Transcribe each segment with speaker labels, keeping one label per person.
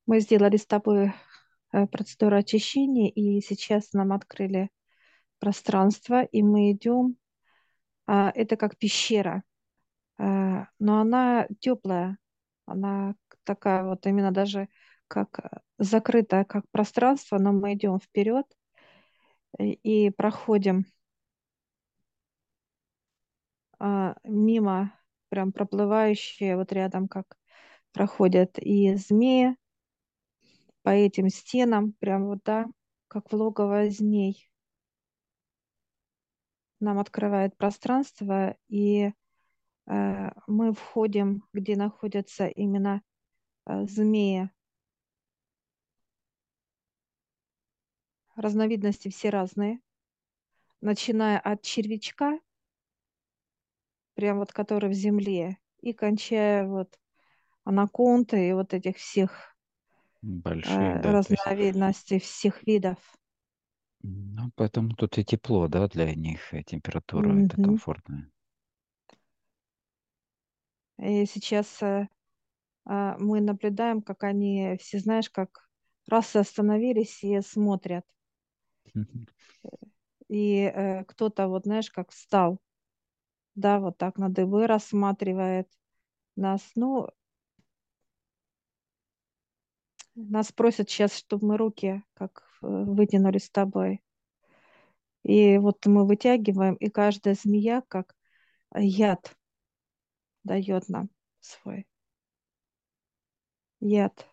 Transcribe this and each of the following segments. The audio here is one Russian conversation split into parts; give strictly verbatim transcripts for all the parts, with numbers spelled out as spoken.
Speaker 1: Мы сделали с тобой э, процедуру очищения, и сейчас нам открыли пространство, и мы идем. А, Это как пещера, а, но она теплая, она к- такая вот именно даже как э, закрытая, как пространство, но мы идем вперед и и проходим а, мимо, прям проплывающие вот рядом, как проходят и змеи по этим стенам, прям вот, да, как в логово змей. Нам открывает пространство, и э, мы входим, где находятся именно э, змеи. Разновидности все разные, начиная от червячка, прям вот который в земле, и кончая вот анаконды и вот этих всех
Speaker 2: Больших,
Speaker 1: э,
Speaker 2: да, то есть,
Speaker 1: разновидностей всех видов.
Speaker 2: ну, поэтому тут и тепло, да, для них, и температура это
Speaker 1: Мгм.
Speaker 2: комфортная.
Speaker 1: И сейчас э, а, мы наблюдаем, как они все, знаешь, как раз остановились и смотрят. И э, кто-то, вот знаешь, как встал, да, вот так на дыбы рассматривает нас. Ну, нас просят сейчас, чтобы мы руки как э, вытянули с тобой. И вот мы вытягиваем, и каждая змея как яд дает нам свой яд.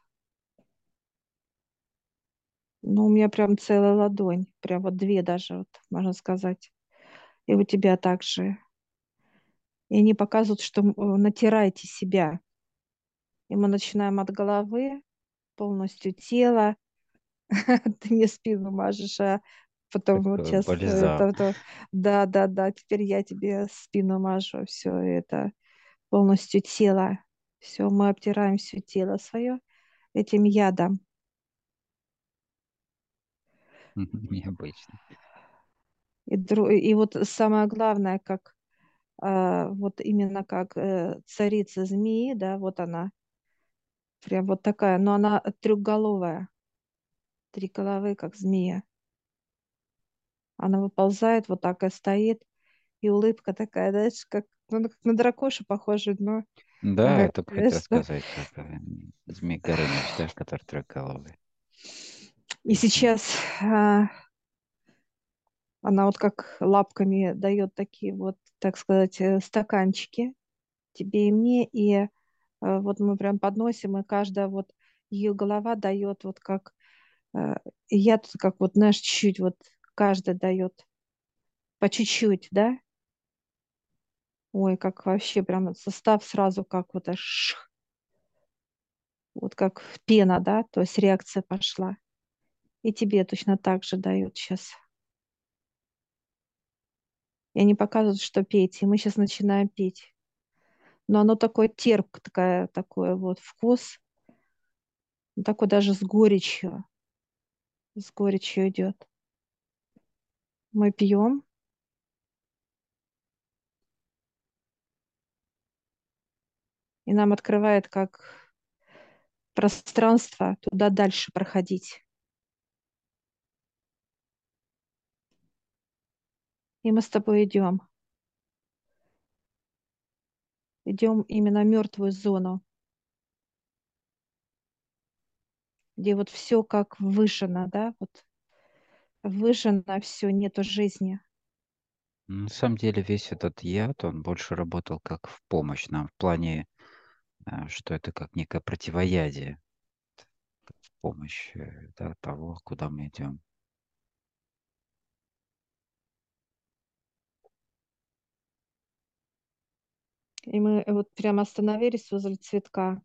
Speaker 1: Ну, у меня прям целая ладонь, прям вот две даже, вот, можно сказать. И у тебя также. И они показывают, что м, э, натирайте себя. И мы начинаем от головы, полностью тело. Ты мне спину мажешь, а потом вот
Speaker 2: Такой
Speaker 1: сейчас это,
Speaker 2: бальзам.
Speaker 1: это- да, да, да, теперь я тебе спину мажу, все это полностью тело. Все, мы обтираем все тело свое этим ядом.
Speaker 2: Необычно.
Speaker 1: И, дру- и вот самое главное, как а, вот именно как э, царица змеи, да, вот она, прям вот такая, но она трехголовая, три головы, как змея. Она выползает, вот так и стоит, и улыбка такая, знаешь, как, ну, как на дракошу похоже, но
Speaker 2: Да,
Speaker 1: ага,
Speaker 2: я только хотел
Speaker 1: знаешь, да.
Speaker 2: сказать, как э, Змей Горыныч, да, который трехголовый.
Speaker 1: И
Speaker 2: Песня.
Speaker 1: сейчас а, она вот как лапками дает такие вот, так сказать, э, стаканчики тебе и мне, и э, вот мы прям подносим, и каждая вот ее голова дает вот как, э, и я тут как вот, знаешь, чуть-чуть вот каждая дает по чуть-чуть, да? Ой, как вообще прям состав сразу как вот аж, вот как пена, да, то есть реакция пошла. И тебе точно так же дают сейчас. И они показывают, что петь, и мы сейчас начинаем петь. Но оно такое терпкое, такое, такой вот вкус, ну, такой даже с горечью, с горечью идет. Мы пьем, и нам открывает как пространство туда дальше проходить. И мы с тобой идем. Идем именно в мертвую зону, где вот все как выжжено, да, вот выжжено все, нету жизни.
Speaker 2: На самом деле весь этот яд, он больше работал как в помощь нам, в плане, э, что это как некое противоядие, помощь э, да, того, куда мы идем.
Speaker 1: И мы вот прямо остановились возле цветка.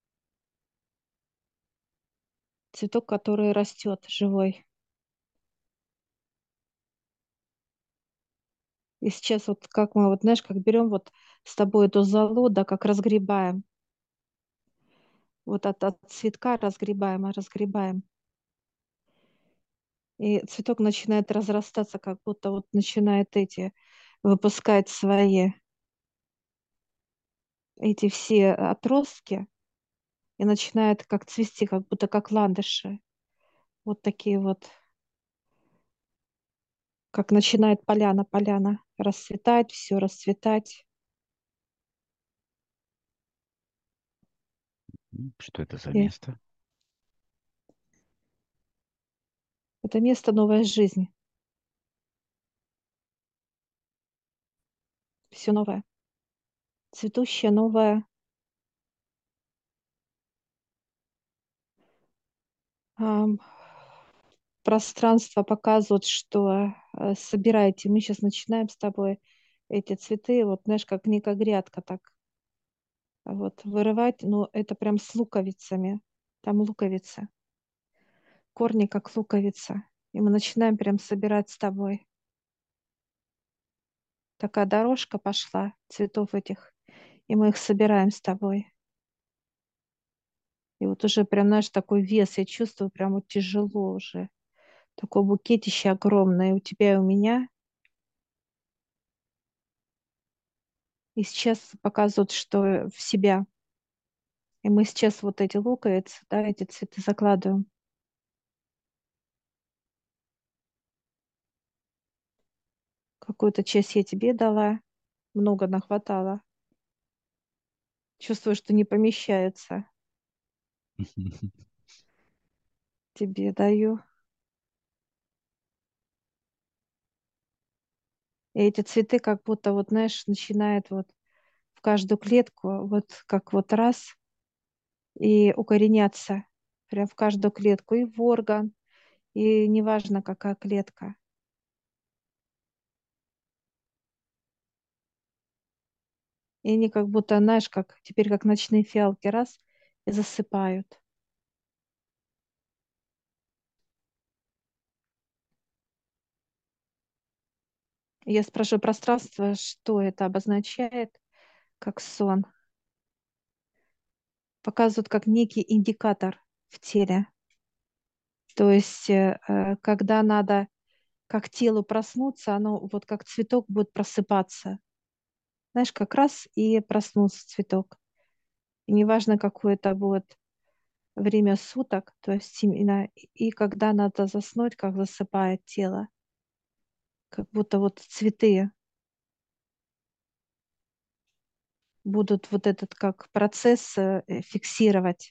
Speaker 1: Цветок, который растет, живой. И сейчас вот как мы, вот знаешь, как берем вот с тобой эту золу, да, как разгребаем. Вот от, от цветка разгребаем, а разгребаем. И цветок начинает разрастаться, как будто вот начинает эти выпускать свои эти все отростки. и начинает как цвести, как будто как ландыши. Вот такие вот, как начинает поляна, поляна расцветать, все расцветать.
Speaker 2: М, Что это за
Speaker 1: И
Speaker 2: место?
Speaker 1: это место новая жизнь, все новое, цветущее новое. Ам, Пространство показывает, что э, собирайте. Мы сейчас начинаем с тобой эти цветы, вот знаешь, как некая грядка так вот вырывать, но это прям с луковицами. Там луковица, корни как луковица. И мы начинаем прям собирать с тобой. Такая дорожка пошла цветов этих, и мы их собираем с тобой. И вот уже прям, знаешь, такой вес, я чувствую, прям вот тяжело уже. Такое букетище огромное у тебя и у меня. И сейчас показывают, что в себя. И мы сейчас вот эти луковицы, да, эти цветы закладываем. Какую-то часть я тебе дала, много нахватала. Чувствую, что не помещается. Тебе даю. И эти цветы как будто вот, знаешь, начинают вот в каждую клетку, вот как вот раз и укореняться прям в каждую клетку, и в орган, и неважно, какая клетка. И они как будто, знаешь, как теперь как ночные фиалки раз и засыпают. И я спрашиваю пространство, что это обозначает, как сон. Показывают как некий индикатор в теле. То есть, э, э, когда надо как телу проснуться, оно вот как цветок будет просыпаться. Знаешь, как раз и проснулся цветок. И неважно, какое это будет время суток, то есть именно и когда надо заснуть, как засыпает тело, как будто вот цветы будут вот этот как процесс э, э, фиксировать.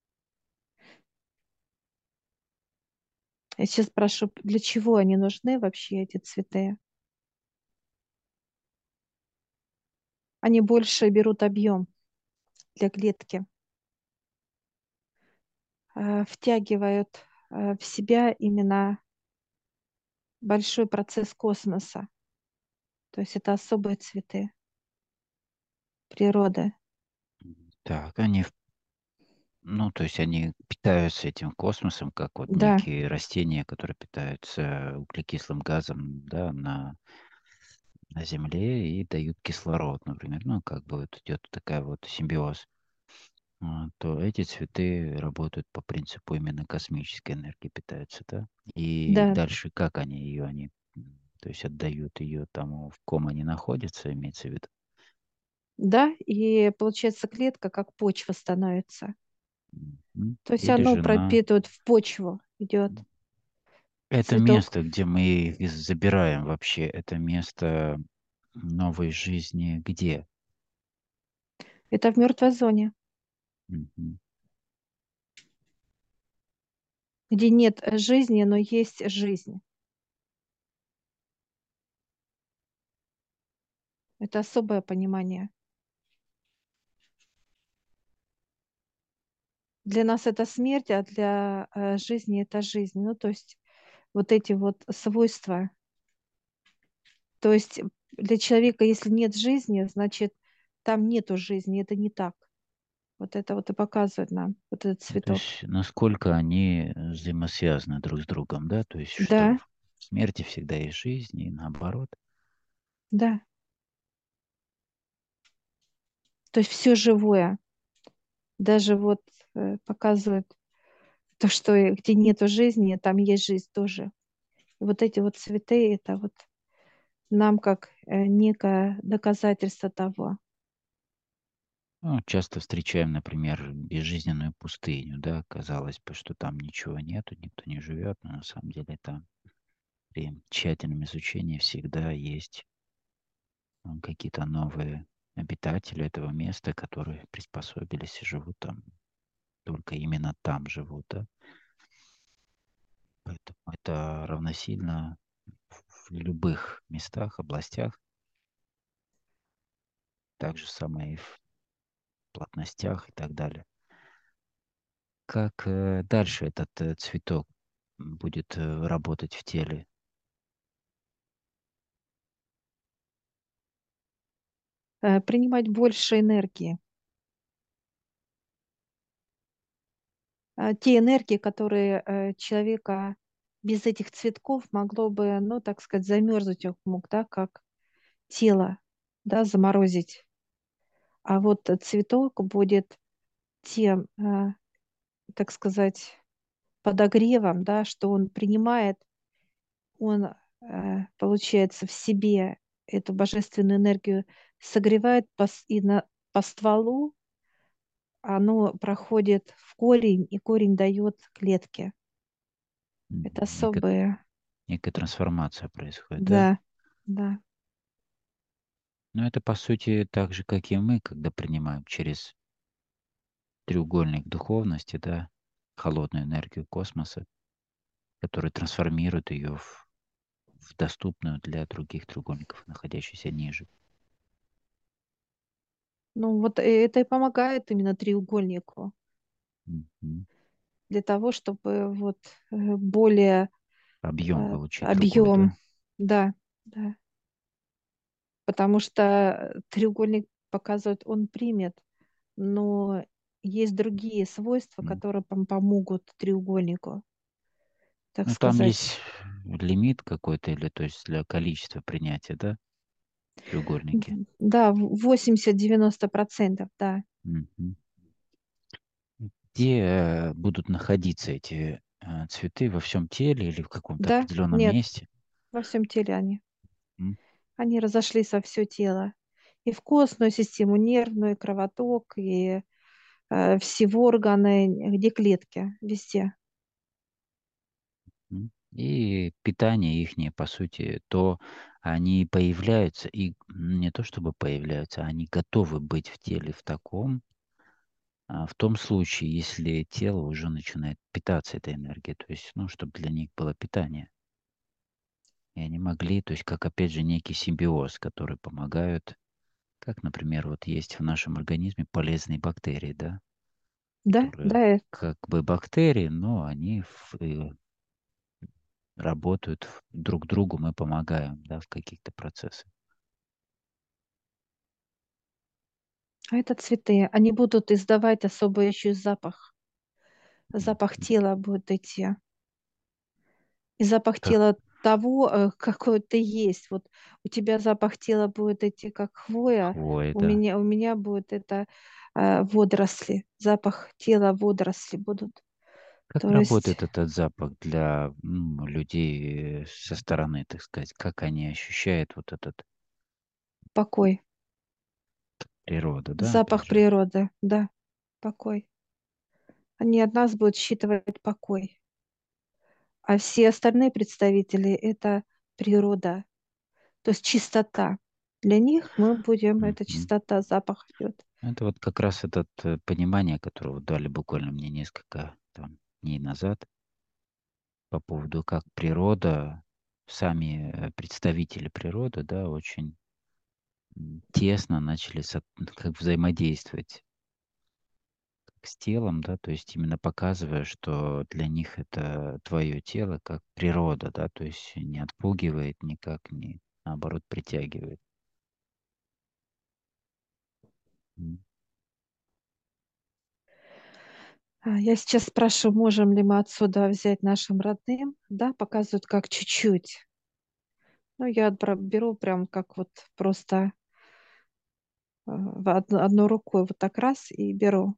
Speaker 1: Я сейчас спрашиваю, для чего они нужны вообще, эти цветы? Они больше берут объем для клетки, э, втягивают э, в себя именно большой процесс космоса. То есть это особые цветы природы.
Speaker 2: Так, они, в- ну, то есть они питаются этим космосом, как вот
Speaker 1: Да,
Speaker 2: некие растения, которые питаются углекислым газом, да, на, на Земле и дают кислород, например. Ну, как бы вот идет такая вот симбиоз. А, то эти цветы работают по принципу именно космической энергии питаются, да? И
Speaker 1: да,
Speaker 2: дальше как они ее, они, м, то есть отдают ее тому, в ком они находятся, имеется в виду?
Speaker 1: да, и получается клетка как почва становится.
Speaker 2: Мгм.
Speaker 1: То есть
Speaker 2: Или
Speaker 1: оно
Speaker 2: же на
Speaker 1: пропитывает в почву, идет
Speaker 2: это
Speaker 1: цветок.
Speaker 2: место, где мы их из- забираем вообще, это место новой жизни где?
Speaker 1: Это в мертвой зоне,
Speaker 2: Мгм.
Speaker 1: где нет жизни, но есть жизнь. Это особое понимание. Для нас это смерть, а для э, жизни это жизнь. Ну, то есть вот эти вот свойства. То есть для человека, если нет жизни, значит, там нету жизни. Это не так. Вот это вот и показывает нам вот этот
Speaker 2: Ну, то
Speaker 1: цветок.
Speaker 2: есть насколько они э, взаимосвязаны друг с другом, да? То есть что
Speaker 1: Да,
Speaker 2: в смерти всегда есть жизнь и наоборот.
Speaker 1: да. То есть все живое. Даже вот э, показывает то, что и где нету жизни, там есть жизнь тоже. И вот эти вот цветы, это вот нам как э, некое доказательство того.
Speaker 2: Ну, часто встречаем, например, безжизненную пустыню, да, казалось бы, что там ничего нету, никто не живет, но на самом деле там при тщательном изучении всегда есть м, какие-то новые обитатели этого места, которые приспособились и живут там, только именно там живут, да. Поэтому это равносильно в любых местах, областях, так же самое и в плотностях и так далее. Как э, дальше этот э, цветок будет э, работать в теле?
Speaker 1: Э, принимать больше энергии. А, те энергии, которые э, человека без этих цветков могло бы, ну, так сказать, замерзнуть он мог, да, как тело, да, заморозить. А вот э, цветок будет тем, э, так сказать, подогревом, да, что он принимает, он, э, получается, в себе эту божественную энергию согревает по, с- и на, по стволу, оно проходит в корень, и корень дает клетке. Это
Speaker 2: М, Некая,
Speaker 1: особые,
Speaker 2: некая трансформация происходит, да?
Speaker 1: да, да,
Speaker 2: Но это по сути так же, как и мы, когда принимаем через треугольник духовности, да, холодную энергию космоса, который трансформирует ее в, в доступную для других треугольников, находящихся ниже.
Speaker 1: ну вот э, это и помогает именно треугольнику
Speaker 2: Мгм.
Speaker 1: для того, чтобы вот э, более
Speaker 2: Объем
Speaker 1: э,
Speaker 2: получить другой,
Speaker 1: объем,
Speaker 2: да?
Speaker 1: да, да, потому что э, треугольник показывает, он примет, но есть другие свойства,
Speaker 2: М.
Speaker 1: которые пом- помогут треугольнику, так
Speaker 2: Ну, там
Speaker 1: сказать.
Speaker 2: есть лимит какой-то, или то есть для количества принятия, да, треугольники.
Speaker 1: В- Да, восемьдесят-девяносто процентов, да,
Speaker 2: Мгм. Где э, будут находиться эти э, цветы во всем теле или в каком-то
Speaker 1: да,
Speaker 2: определенном
Speaker 1: нет,
Speaker 2: месте?
Speaker 1: во всем теле они.
Speaker 2: М,
Speaker 1: Они разошлись во все тело. И в костную систему, нервную, и кровоток, и э, все органы, где клетки, везде.
Speaker 2: м. И питание ихнее, по сути, то они появляются, и м, не то чтобы появляются, они готовы быть в теле в таком, а, в том случае, если тело уже начинает питаться этой энергией, то есть, ну, чтобы для них было питание. И они могли, то есть, как опять же некий симбиоз, который помогают, как, например, вот есть в нашем организме полезные бактерии, да,
Speaker 1: Да,
Speaker 2: которые
Speaker 1: да, э,
Speaker 2: как бы бактерии, но они в- э, работают в- друг другу, мы помогаем, да, в каких-то процессах.
Speaker 1: а это цветы. Они будут издавать особый еще запах.
Speaker 2: М,
Speaker 1: Запах
Speaker 2: м.
Speaker 1: тела будет идти. И запах
Speaker 2: Как
Speaker 1: тела того, э, какой ты есть. Вот у тебя запах тела будет идти как хвоя,
Speaker 2: хвоя,
Speaker 1: у
Speaker 2: да.
Speaker 1: меня, у меня будет это э, водоросли. Запах тела водоросли будут.
Speaker 2: Как
Speaker 1: То есть
Speaker 2: работает этот запах для м, людей э, со стороны, так сказать? Как они ощущают вот этот
Speaker 1: покой.
Speaker 2: природа, да, опять
Speaker 1: Запах
Speaker 2: же?
Speaker 1: природы, да, покой. Они от нас будут считывать покой. А все остальные представители– это природа, то есть чистота. Для них мы будем, это
Speaker 2: Мгм.
Speaker 1: чистота, запах идет.
Speaker 2: Это вот как раз это понимание, которое вот дали буквально мне несколько там, дней назад по поводу, как природа, сами э, представители природы, да, очень м, тесно начали со- как взаимодействовать с телом, да, то есть именно показывая, что для них это твое тело как природа, да, то есть не отпугивает никак, не наоборот притягивает. М.
Speaker 1: А, Я сейчас спрашиваю, можем ли мы отсюда взять нашим родным, да, показывают как чуть-чуть. Ну, я отбра- беру прям как вот просто э, в одну, одной рукой вот так раз и беру.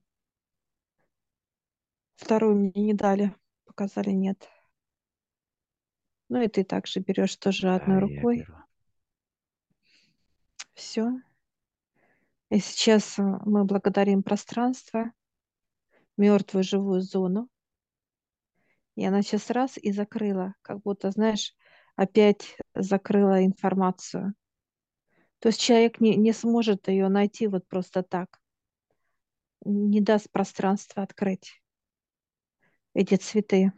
Speaker 1: Вторую мне не дали, показали нет. Ну и ты также берешь тоже
Speaker 2: Да,
Speaker 1: одной
Speaker 2: я
Speaker 1: рукой.
Speaker 2: беру.
Speaker 1: Все. И сейчас э, мы благодарим пространство, мертвую живую зону, и она сейчас раз и закрыла, как будто, знаешь, опять закрыла информацию. То есть человек не, не сможет ее найти вот просто так, не даст пространства открыть эти цветы.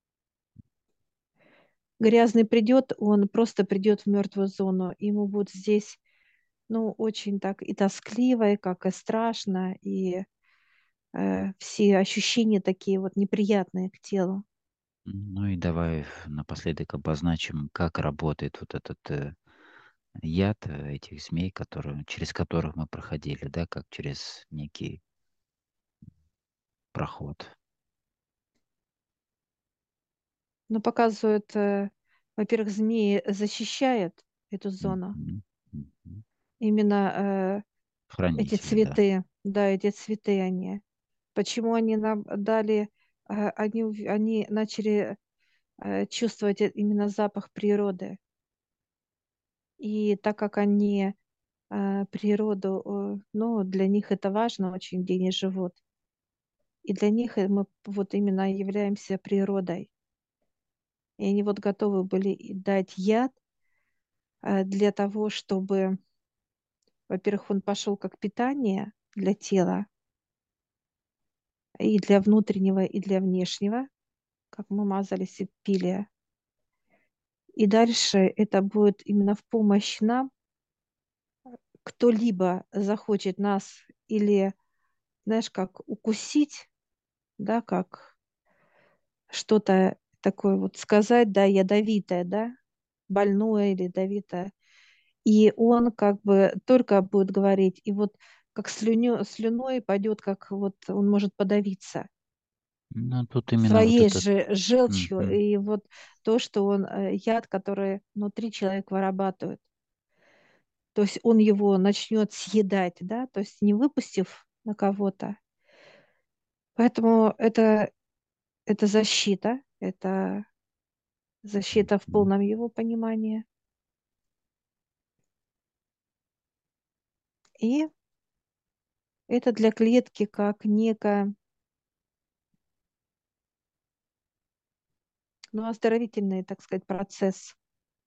Speaker 1: Грязный придет, он просто придет в мертвую зону. Ему будет здесь, ну, очень так и тоскливо, и как и страшно, и э, все ощущения такие вот неприятные к телу.
Speaker 2: Ну и давай напоследок обозначим, как работает вот этот э, яд э, этих змей, которые, через которых мы проходили, да, как через некий проход.
Speaker 1: Но показывают, э, во-первых, змеи защищают эту зону.
Speaker 2: Мгм. Мгм.
Speaker 1: Именно э, эти
Speaker 2: Хранители, да.
Speaker 1: цветы, да, эти цветы они. Почему они нам дали, э, они, ув- они начали э, чувствовать э- именно запах природы. И так как они э, природу, э, ну, для них это важно очень, где они живут. И для них э, мы вот именно являемся природой. И они вот готовы были и дать яд э, для того, чтобы, во-первых, он пошел как питание для тела, и для внутреннего, и для внешнего, как мы мазались и пили. И дальше это будет именно в помощь нам. Кто-либо захочет нас или, знаешь, как укусить, да, как что-то такое вот сказать, да, ядовитое, да, больное или ядовитое. И он как бы только будет говорить, и вот как слюнё, слюной пойдет, как вот он может подавиться
Speaker 2: Ну, тут именно вот
Speaker 1: своей
Speaker 2: этот...
Speaker 1: же желчью,
Speaker 2: Мгм.
Speaker 1: и вот то, что он, э, яд, который внутри человека вырабатывает. То есть он его начнет съедать, да, то есть не выпустив на кого-то. Поэтому это, это защита, это защита в
Speaker 2: Мгм.
Speaker 1: полном его понимании. И это для клетки как некое, ну, оздоровительный, так сказать, процесс.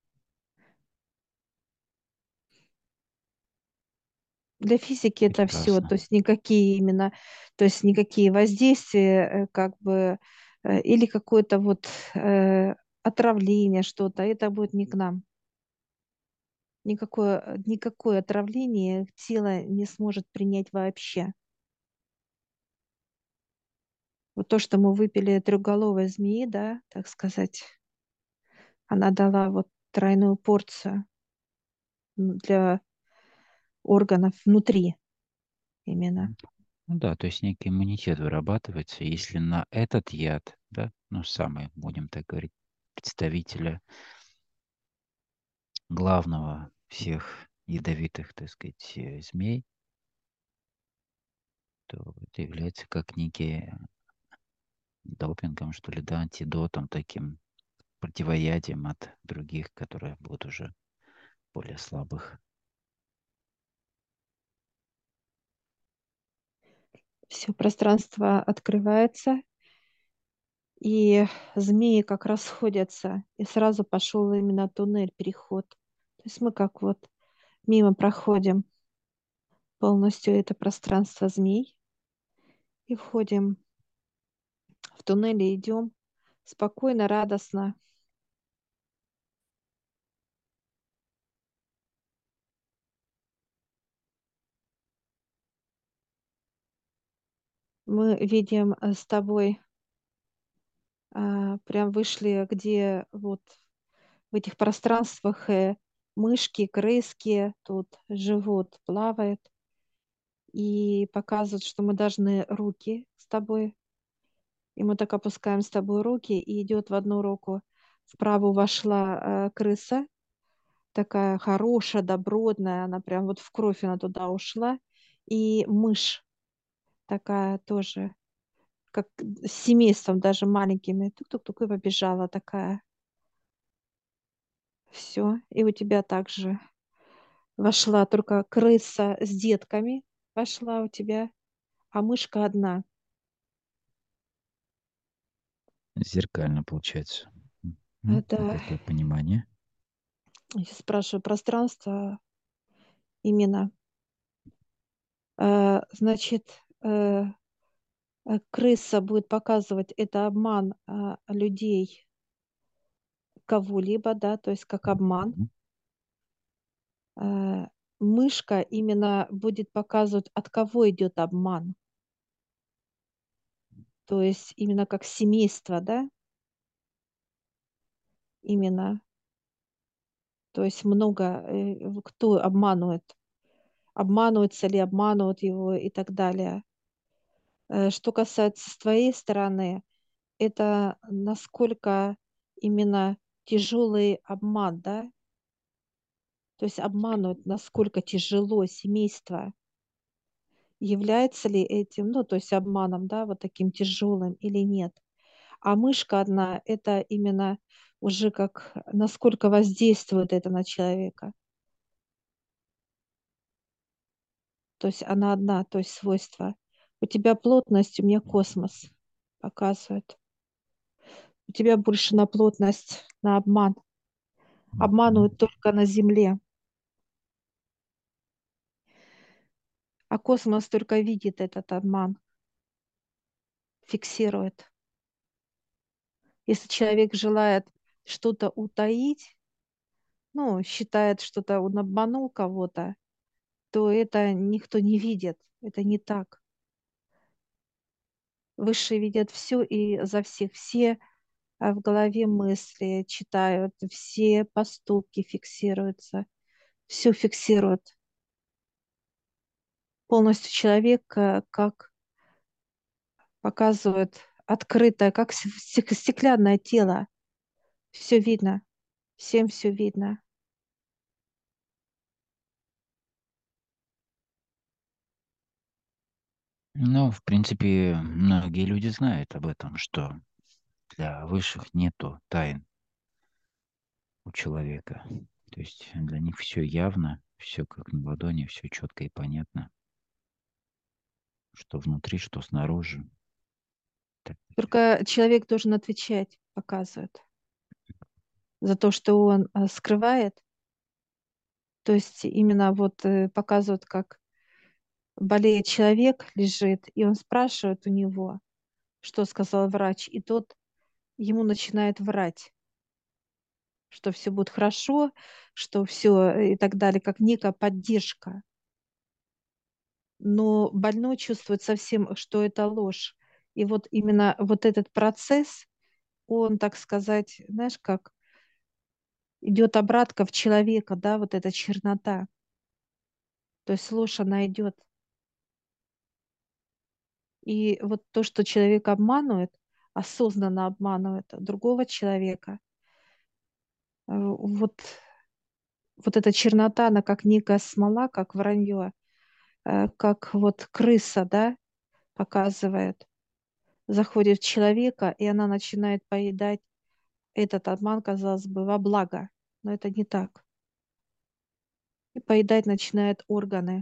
Speaker 1: Для физики это все, то
Speaker 2: Прекрасно.
Speaker 1: есть никакие именно, то есть никакие воздействия, э, как бы, э, или какое-то вот э, отравление, что-то, это будет не к нам. Никакое, э, никакое отравление тело не сможет принять вообще. Вот то, что мы выпили трехголовой змеи, да, так сказать, она дала вот тройную порцию м, для органов внутри именно.
Speaker 2: М. Ну да, то есть некий иммунитет вырабатывается. Если на этот яд, да, ну, самый, будем так говорить, представителя главного всех ядовитых, так сказать, э, змей, то это является как некий допингом, что ли, да, антидотом таким, противоядием от других, которые будут уже более слабых.
Speaker 1: Все пространство открывается, и змеи как расходятся, и сразу пошел именно туннель, переход. То есть мы как вот мимо проходим полностью это пространство змей и входим в туннель и идем спокойно, радостно. Мы видим э, с тобой, а, прям вышли, где вот в этих пространствах э, мышки, крыски тут живут, плавают, и показывают, что мы должны руки с тобой. И мы так опускаем с тобой руки, и идет в одну руку. Вправо вошла э, крыса, такая хорошая, добротная, она прям вот в кровь она туда ушла. И мышь такая тоже, как с семейством даже маленькими. Тук-тук-тук и побежала такая. Все. И у тебя также вошла только крыса с детками. пошла у тебя, а мышка одна.
Speaker 2: Зеркально получается.
Speaker 1: А,
Speaker 2: М, Вот
Speaker 1: Да,
Speaker 2: это понимание.
Speaker 1: я спрашиваю пространство именно. Э, Значит, э, э, крыса будет показывать это обман а, людей кого-либо, да, то есть как обман.
Speaker 2: Мгм.
Speaker 1: Э, Мышка именно будет показывать, от кого идет обман. То есть именно как семейство, да, именно. То есть много, э, в- кто обманывает, обманывается ли, обманывают его и так далее. Э, Что касается с твоей стороны, это насколько именно тяжелый обман, да, то есть обманывают, насколько тяжело семейство, является ли этим, ну, то есть обманом, да, вот таким тяжелым или нет. А мышка одна — это именно уже как насколько воздействует это на человека. То есть она одна, то есть свойства. У тебя плотность, у меня космос показывает. У тебя больше на плотность, на обман.
Speaker 2: Мгм.
Speaker 1: Обманывают только на Земле, а космос только видит этот обман, фиксирует. Если человек желает что-то утаить, ну, считает, что-то он обманул кого-то, то это никто не видит. Это не так. Высшие видят все и за всех. Все а, в голове мысли читают, все поступки фиксируются, все фиксируют. Полностью человек э, как показывает открытое, как с- стек- стеклянное тело. Все видно, всем все видно.
Speaker 2: Ну, в принципе, многие люди знают об этом, что для высших нету тайн у человека. То есть для них все явно, все как на ладони, все четко и понятно, что внутри, что снаружи. Так,
Speaker 1: Только человек должен отвечать, показывает, за то, что он э, скрывает. То есть именно вот э, показывают, как болеет человек, лежит, и он спрашивает у него, что сказал врач, и тот ему начинает врать, что все будет хорошо, что все и так далее, как некая поддержка. Но больной чувствует совсем, что это ложь. И вот именно вот этот процесс, он, так сказать, знаешь, как идет обратка в человека, да, вот эта чернота. То есть ложь, она идет. И вот то, что человек обманывает, осознанно обманывает другого человека, э, вот, вот эта чернота, она как некая смола, как вранье, э, как вот крыса, да, показывает, заходит в человека, и она начинает поедать этот обман, казалось бы, во благо. Но это не так. И поедать начинает органы,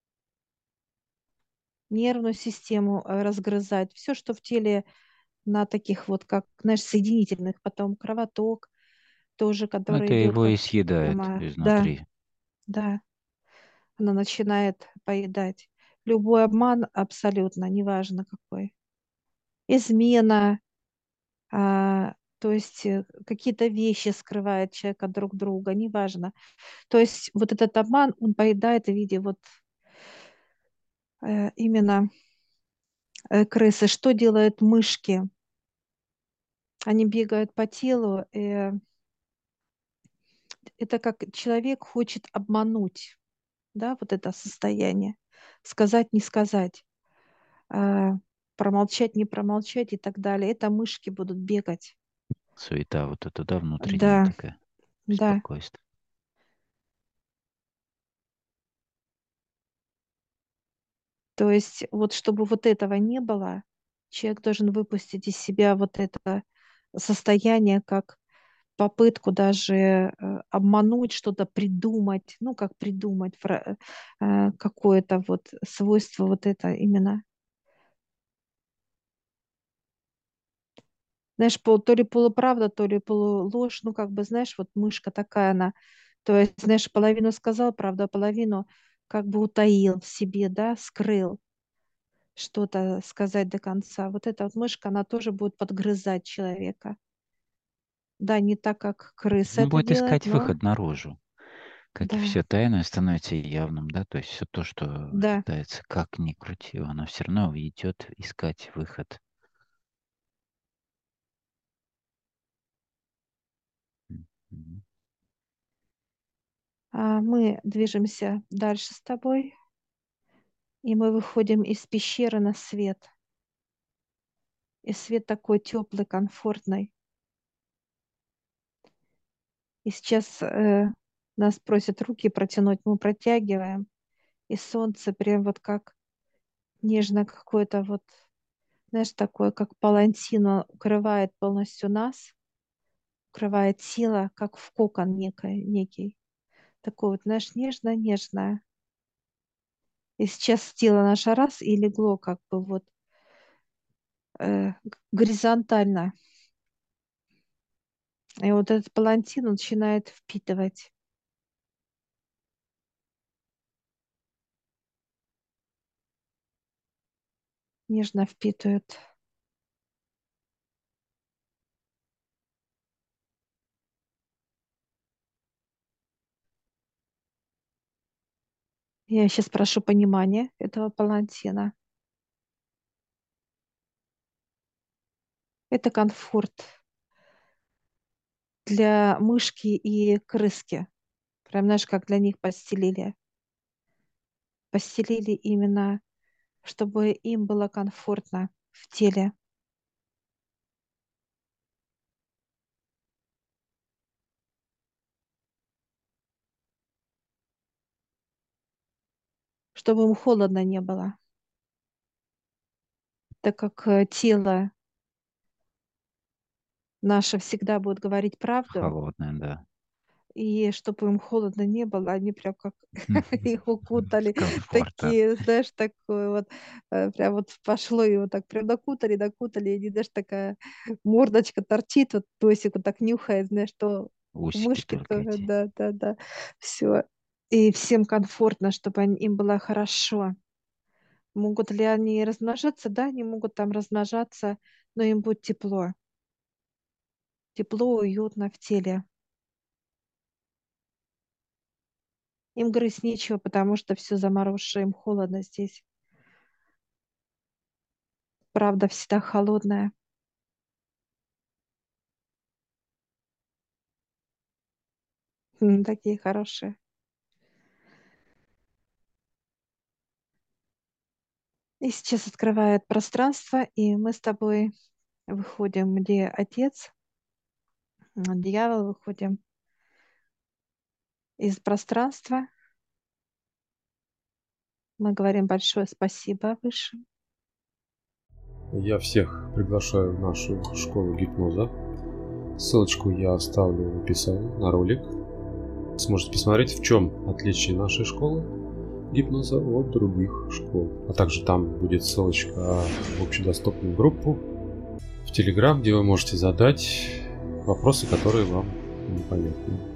Speaker 1: нервную систему э, разгрызать, все, что в теле на таких вот, как, знаешь, соединительных, потом кровоток тоже, который
Speaker 2: это
Speaker 1: идет
Speaker 2: его и
Speaker 1: как
Speaker 2: съедает
Speaker 1: система. Да,
Speaker 2: изнутри.
Speaker 1: да, она начинает поедать. Любой обман абсолютно, неважно какой. Измена, а, то есть э, какие-то вещи скрывает человек от друг друга, неважно. То есть вот этот обман, он поедает в виде вот э, именно э, крысы. Что делают мышки? Они бегают по телу. э, это как человек хочет обмануть, да, вот это состояние. Сказать, не сказать, а, промолчать, не промолчать и так далее. Это мышки будут бегать.
Speaker 2: Суета вот эта, да, внутренняя
Speaker 1: Да,
Speaker 2: такая,
Speaker 1: да.
Speaker 2: беспокойство.
Speaker 1: То есть вот чтобы вот этого не было, человек должен выпустить из себя вот это состояние, как попытку даже э, обмануть, что-то придумать, ну, как придумать, фра- э, какое-то вот свойство вот это именно. Знаешь, пол, то ли полуправда, то ли полуложь, ну, как бы, знаешь, вот мышка такая она, то есть, знаешь, половину сказал, правда, а половину как бы утаил в себе, да, скрыл что-то сказать до конца. Вот эта вот мышка, она тоже будет подгрызать человека. Да, не так, как крыса
Speaker 2: Он
Speaker 1: это
Speaker 2: будет
Speaker 1: делает,
Speaker 2: искать
Speaker 1: но
Speaker 2: выход наружу. Как и
Speaker 1: да,
Speaker 2: все тайное становится явным, да, то есть все то, что
Speaker 1: да.
Speaker 2: считается как ни крути, оно все равно идет искать выход. Мгм.
Speaker 1: А мы движемся дальше с тобой, и мы выходим из пещеры на свет. И свет такой теплый, комфортный. И сейчас э, нас просят руки протянуть, мы протягиваем, и солнце прям вот как нежно какое-то вот, знаешь, такое, как палантино укрывает полностью нас, укрывает тело, как в кокон некой, некий. Такое вот, знаешь, нежно-нежное. И сейчас тело наше раз и легло как бы вот э, г- горизонтально. И вот этот палантин начинает впитывать, нежно впитывает. Я сейчас прошу понимания этого палантина. Это комфорт для мышки и крыски. Прям, знаешь, как для них постелили. Постелили именно, чтобы им было комфортно в теле, чтобы им холодно не было, так как э, тело наше всегда будет говорить правду,
Speaker 2: Холодное, да.
Speaker 1: и чтобы им холодно не было, они прям как их
Speaker 2: С
Speaker 1: укутали,
Speaker 2: комфортом.
Speaker 1: такие, знаешь, такое вот, э, прям вот пошло его так прям накутали, накутали, и, знаешь, такая мордочка торчит, вот носик вот так нюхает, знаешь, что у
Speaker 2: Усики
Speaker 1: мышки
Speaker 2: только
Speaker 1: тоже,
Speaker 2: эти.
Speaker 1: да, да, да, все. И всем комфортно, чтобы они- им было хорошо. Могут ли они размножаться? Да, они могут там размножаться, но им будет тепло. Тепло, уютно в теле. Им грызть нечего, потому что все замороженное, им холодно здесь. Правда, всегда холодная. М, Такие хорошие. И сейчас открывает пространство, и мы с тобой выходим, где отец, м, дьявол, выходим из пространства. Мы говорим большое спасибо высшим.
Speaker 3: Я всех приглашаю в нашу школу гипноза. Ссылочку я оставлю в описании на ролик. Сможете посмотреть, в чем отличие нашей школы гипноза от других школ. А также там будет ссылочка в общедоступную группу в Telegram, где вы можете задать вопросы, которые вам непонятны.